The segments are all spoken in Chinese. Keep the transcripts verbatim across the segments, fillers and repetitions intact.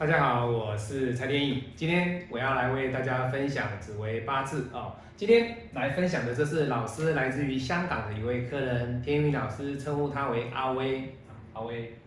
大家好，我是蔡天意。今天我要来为大家分享紫微八字哦。今天来分享的这是老师来自于香港的一位客人，天意老师称呼他为阿威。阿威，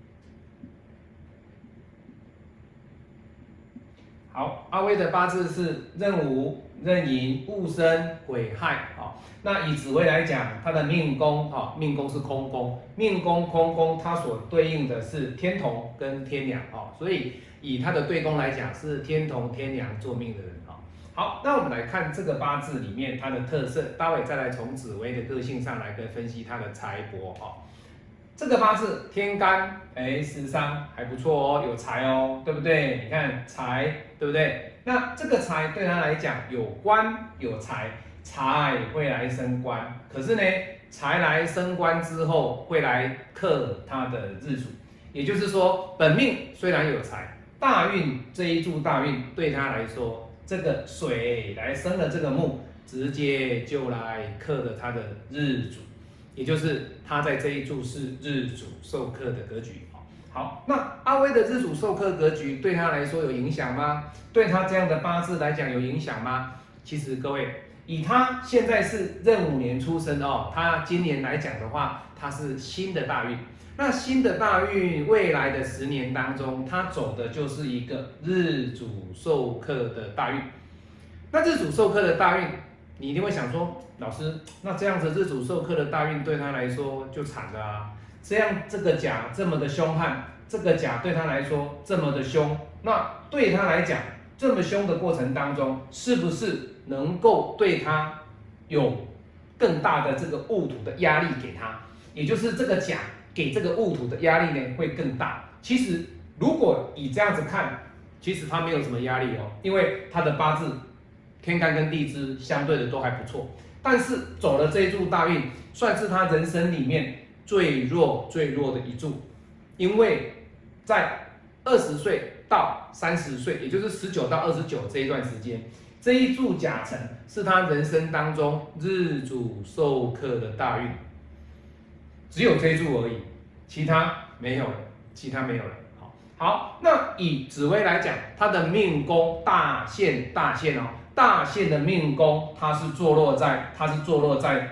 好，阿威的八字是壬午、壬寅、戊申、癸亥。哦，那以紫微来讲，他的命宫哈、哦，命宫是空宫，命宫空宫，它所对应的是天同跟天梁哦，所以以他的对宫来讲是天同天梁做命的人哦。好，那我们来看这个八字里面它的特色，待会再来从紫微的个性上来跟分析他的财帛哦。这个八字天干，哎，食伤还不错哦，有财哦，对不对？你看财，对不对？那这个财对他来讲有官有财，财会来升官，可是呢，财来升官之后会来克他的日主，也就是说，本命虽然有财，大运这一柱大运对他来说，这个水来生了这个木，直接就来克了他的日主。也就是他在这一柱是日主受克的格局。好，那阿威的日主受克格局对他来说有影响吗？对他这样的八字来讲有影响吗？其实各位，以他现在是壬午年出生哦，他今年来讲的话，他是新的大运。那新的大运未来的十年当中，他走的就是一个日主受克的大运。那日主受克的大运，你一定会想说，老师，那这样子日主受克的大运对他来说就惨了啊！这样这个甲这么的凶悍，这个甲对他来说这么的凶，那对他来讲这么凶的过程当中，是不是能够对他有更大的这个戊土的压力给他？也就是这个甲给这个戊土的压力呢会更大。其实如果以这样子看，其实他没有什么压力哦，因为他的八字天干跟地支相对的都还不错。但是走了这一柱大运，算是他人生里面最弱最弱的一柱，因为在二十岁到三十岁，也就是十九到二十九这一段时间，这一柱甲辰是他人生当中日主受克的大运，只有这一柱而已，其他没有了，其他没有了。好，好，那以紫微来讲，他的命宫大限大限哦。大限的命宫，它是坐落在，它是坐落在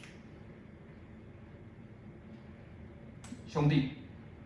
兄弟，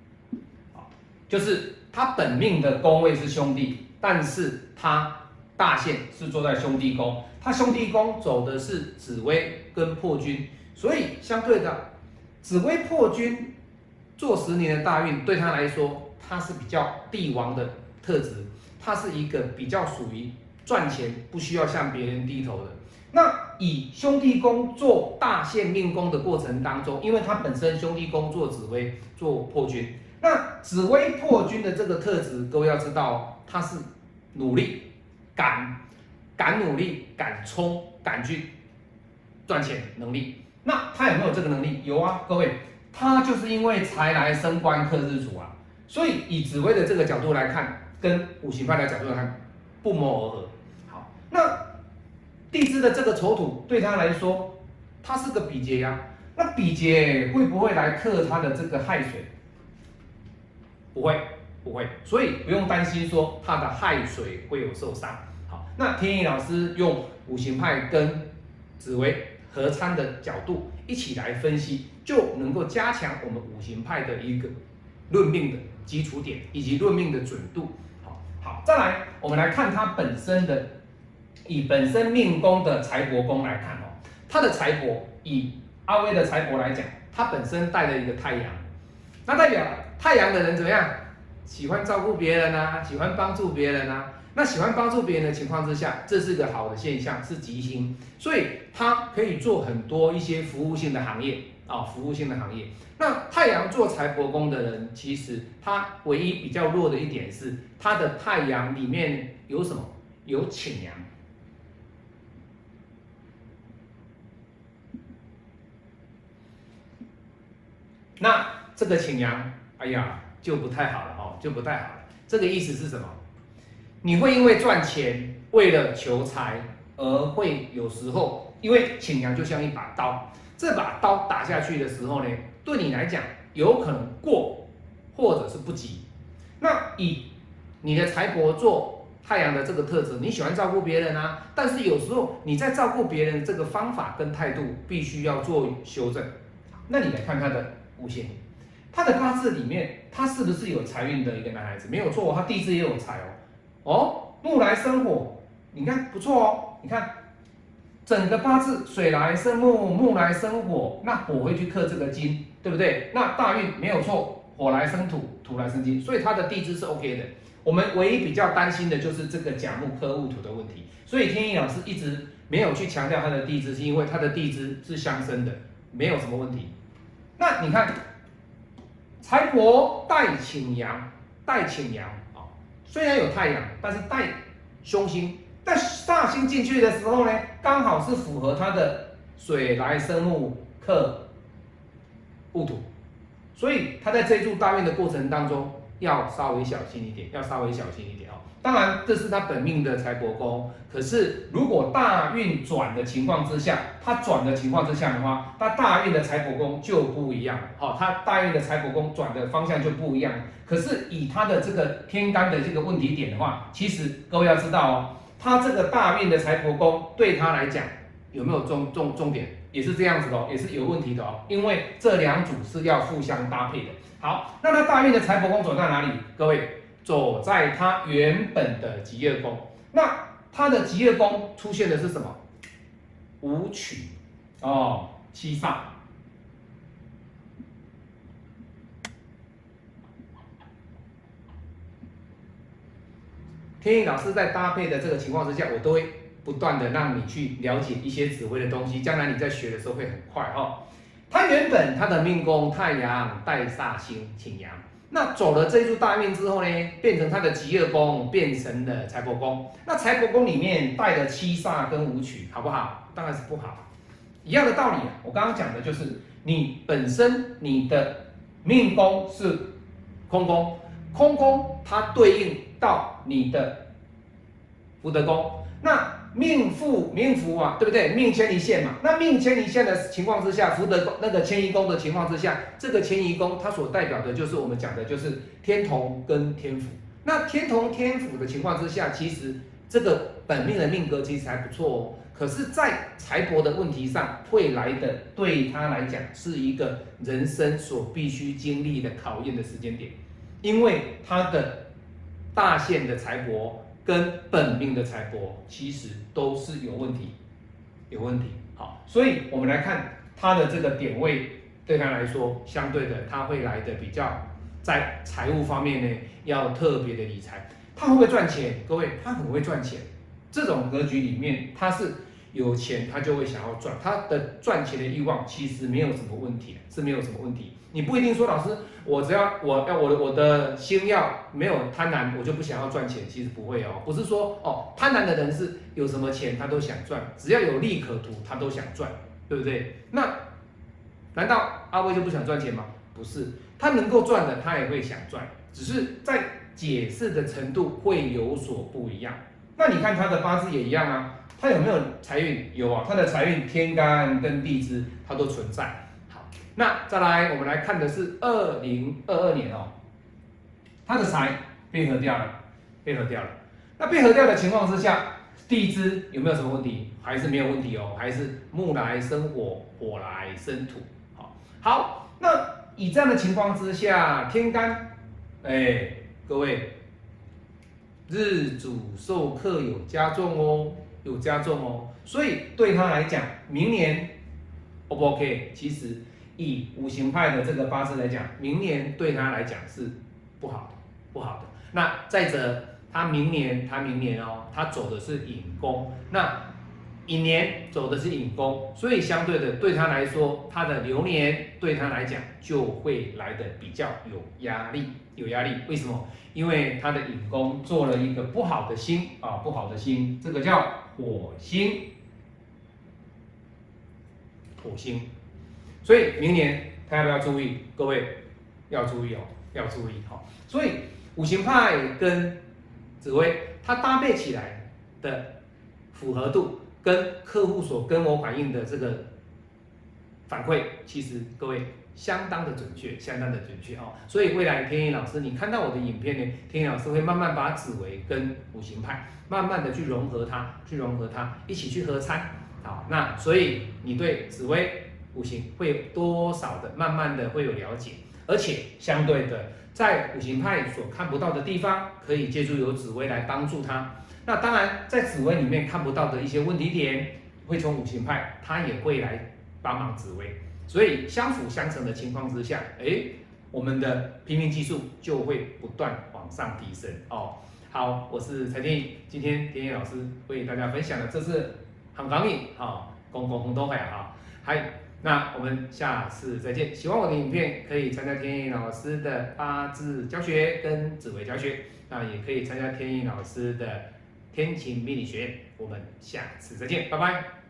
就是他本命的宫位是兄弟，但是他大限是坐在兄弟宫，他兄弟宫走的是紫微跟破军，所以相对的，紫微破军做十年的大运，对他来说，他是比较帝王的特质，他是一个比较属于赚钱不需要向别人低头的。那以兄弟宫做大限命宫的过程当中，因为他本身兄弟宫做紫微做破军，那紫微破军的这个特质，各位要知道，他是努力、敢、敢努力、敢冲、敢去赚钱能力。那他有没有这个能力？有啊，各位，他就是因为财来升官克日主啊，所以以紫微的这个角度来看，跟五行派的角度来看，不谋而合。那地支的这个丑土对他来说，它是个比劫呀。那比劫会不会来克他的这个亥水？不会，不会，所以不用担心说他的亥水会有受伤。好，那天意老师用五行派跟紫微合参的角度一起来分析，就能够加强我们五行派的一个论命的基础点以及论命的准度。好，好，再来我们来看他本身的。以本身命宫的财帛宫来看哦，他的财帛以阿威的财帛来讲，他本身带了一个太阳，那代表太阳的人怎么样？喜欢照顾别人啊，喜欢帮助别人啊。那喜欢帮助别人的情况之下，这是个好的现象，是吉星，所以他可以做很多一些服务性的行业啊、哦，服务性的行业。那太阳做财帛宫的人，其实他唯一比较弱的一点是，他的太阳里面有什么？有倾阳。那这个倾阳，哎呀，就不太好了哦，就不太好了。这个意思是什么？你会因为赚钱，为了求财，而会有时候，因为倾阳就像一把刀，这把刀打下去的时候呢，对你来讲有可能过，或者是不及。那以你的财帛做太阳的这个特质，你喜欢照顾别人啊，但是有时候你在照顾别人这个方法跟态度必须要做修正。那你来看他的五行，他的八字里面，他是不是有财运的一个男孩子？没有错，他地支也有财哦。哦，木来生火，你看不错哦。你看整个八字水来生木，木来生火，那火会去克这个金，对不对？那大运没有错，火来生土，土来生金，所以他的地支是 OK 的。我们唯一比较担心的就是这个甲木克戊土的问题，所以天意老师一直没有去强调他的地支，是因为他的地支是相生的，没有什么问题。那你看，财帛带请阳，带请阳啊，虽然有太阳，但是带凶星，但煞星进去的时候呢，刚好是符合他的水来生木克戊土，所以他在这一柱大运的过程当中。要稍微小心一点，要稍微小心一点哦。当然，这是他本命的财帛宫。可是，如果大运转的情况之下，他转的情况之下的话，他大运的财帛宫就不一样。好、哦，他大运的财帛宫转的方向就不一样。可是，以他的这个天干的这个问题点的话，其实各位要知道哦，他这个大运的财帛宫对他来讲有没有重重重点，也是这样子的哦，也是有问题的哦。因为这两组是要互相搭配的。好，那他大运的财帛宫走在哪里？各位，走在他原本的吉业宫。那他的吉业宫出现的是什么？武曲哦，七煞。天意老师在搭配的这个情况之下，我都会不断的让你去了解一些紫微的东西，将来你在学的时候会很快哦。他原本他的命宫太阳带煞星请阳，那走了这一柱大运之后呢，变成他的吉业宫，变成了财帛宫。那财帛宫里面带了七煞跟武曲，好不好？当然是不好。一样的道理啊，我刚刚讲的就是你本身你的命宫是空宫，空宫它对应到你的福德宫，那。命富命福啊，对不对？命迁移线嘛，那命迁移线的情况之下，福德那个迁移宫的情况之下，这个迁移宫它所代表的就是我们讲的就是天同跟天府。那天同天府的情况之下，其实这个本命的命格其实还不错哦。可是，在财帛的问题上，会来的对他来讲是一个人生所必须经历的考验的时间点，因为他的大限的财帛。跟本命的财帛其实都是有问题，有问题。好，所以我们来看他的这个点位，对他来说，相对的他会来的比较在财务方面呢，要特别的理财。他会不会赚钱？各位，他很会赚钱。这种格局里面，他是有钱，他就会想要赚，他的赚钱的欲望其实没有什么问题，是没有什么问题。你不一定说老师，我只要我要我的我的心要没有贪婪，我就不想要赚钱。其实不会哦，不是说哦贪婪的人是有什么钱他都想赚，只要有利可图他都想赚，对不对？那难道阿威就不想赚钱吗？不是，他能够赚的他也会想赚，只是在解释的程度会有所不一样。那你看他的八字也一样啊，他有没有财运？有啊，他的财运天干跟地支它都存在。那再来，我们来看的是二零二二年哦，它的财配合掉了，配合掉了。那配合掉的情况之下，地支有没有什么问题？还是没有问题哦，还是木来生火，火来生土。好，好，那以这样的情况之下，天干，哎，各位，日主受克有加重哦，有加重哦，所以对他来讲，明年 O 不 OK？ 其实。以五行派的这个八字来讲，明年对他来讲是不好的，不好的。那再者，他明年，他明年哦，他走的是寅宫，那寅年走的是寅宫，所以相对的，对他来说，他的流年对他来讲就会来的比较有压力，有压力。为什么？因为他的寅宫做了一个不好的星啊，不好的星，这个叫火星，火星。所以明年他要不要注意？各位要注意哦，要注意哈、哦。所以五行派跟紫微它搭配起来的符合度，跟客户所跟我反映的这个反馈，其实各位相当的准确，相当的准确哦。所以未来天意老师，你看到我的影片呢，天意老师会慢慢把紫微跟五行派慢慢的去融合它，去融合它，一起去合参。好，那所以你对紫微五行会有多少的慢慢的会有了解，而且相对的，在五行派所看不到的地方，可以借助有紫微来帮助他。那当然，在紫微里面看不到的一些问题点，会从五行派他也会来帮忙紫微。所以相辅相成的情况之下，哎，我们的拼命技术就会不断往上提升哦。好，我是陈天宇，今天天宇老师为大家分享的这是很刚毅啊，公公公都会啊，嗨，那我们下次再见。喜欢我的影片，可以参加天宇老师的八字教学跟紫微教学，那也可以参加天宇老师的天晴命理学院。我们下次再见，拜拜。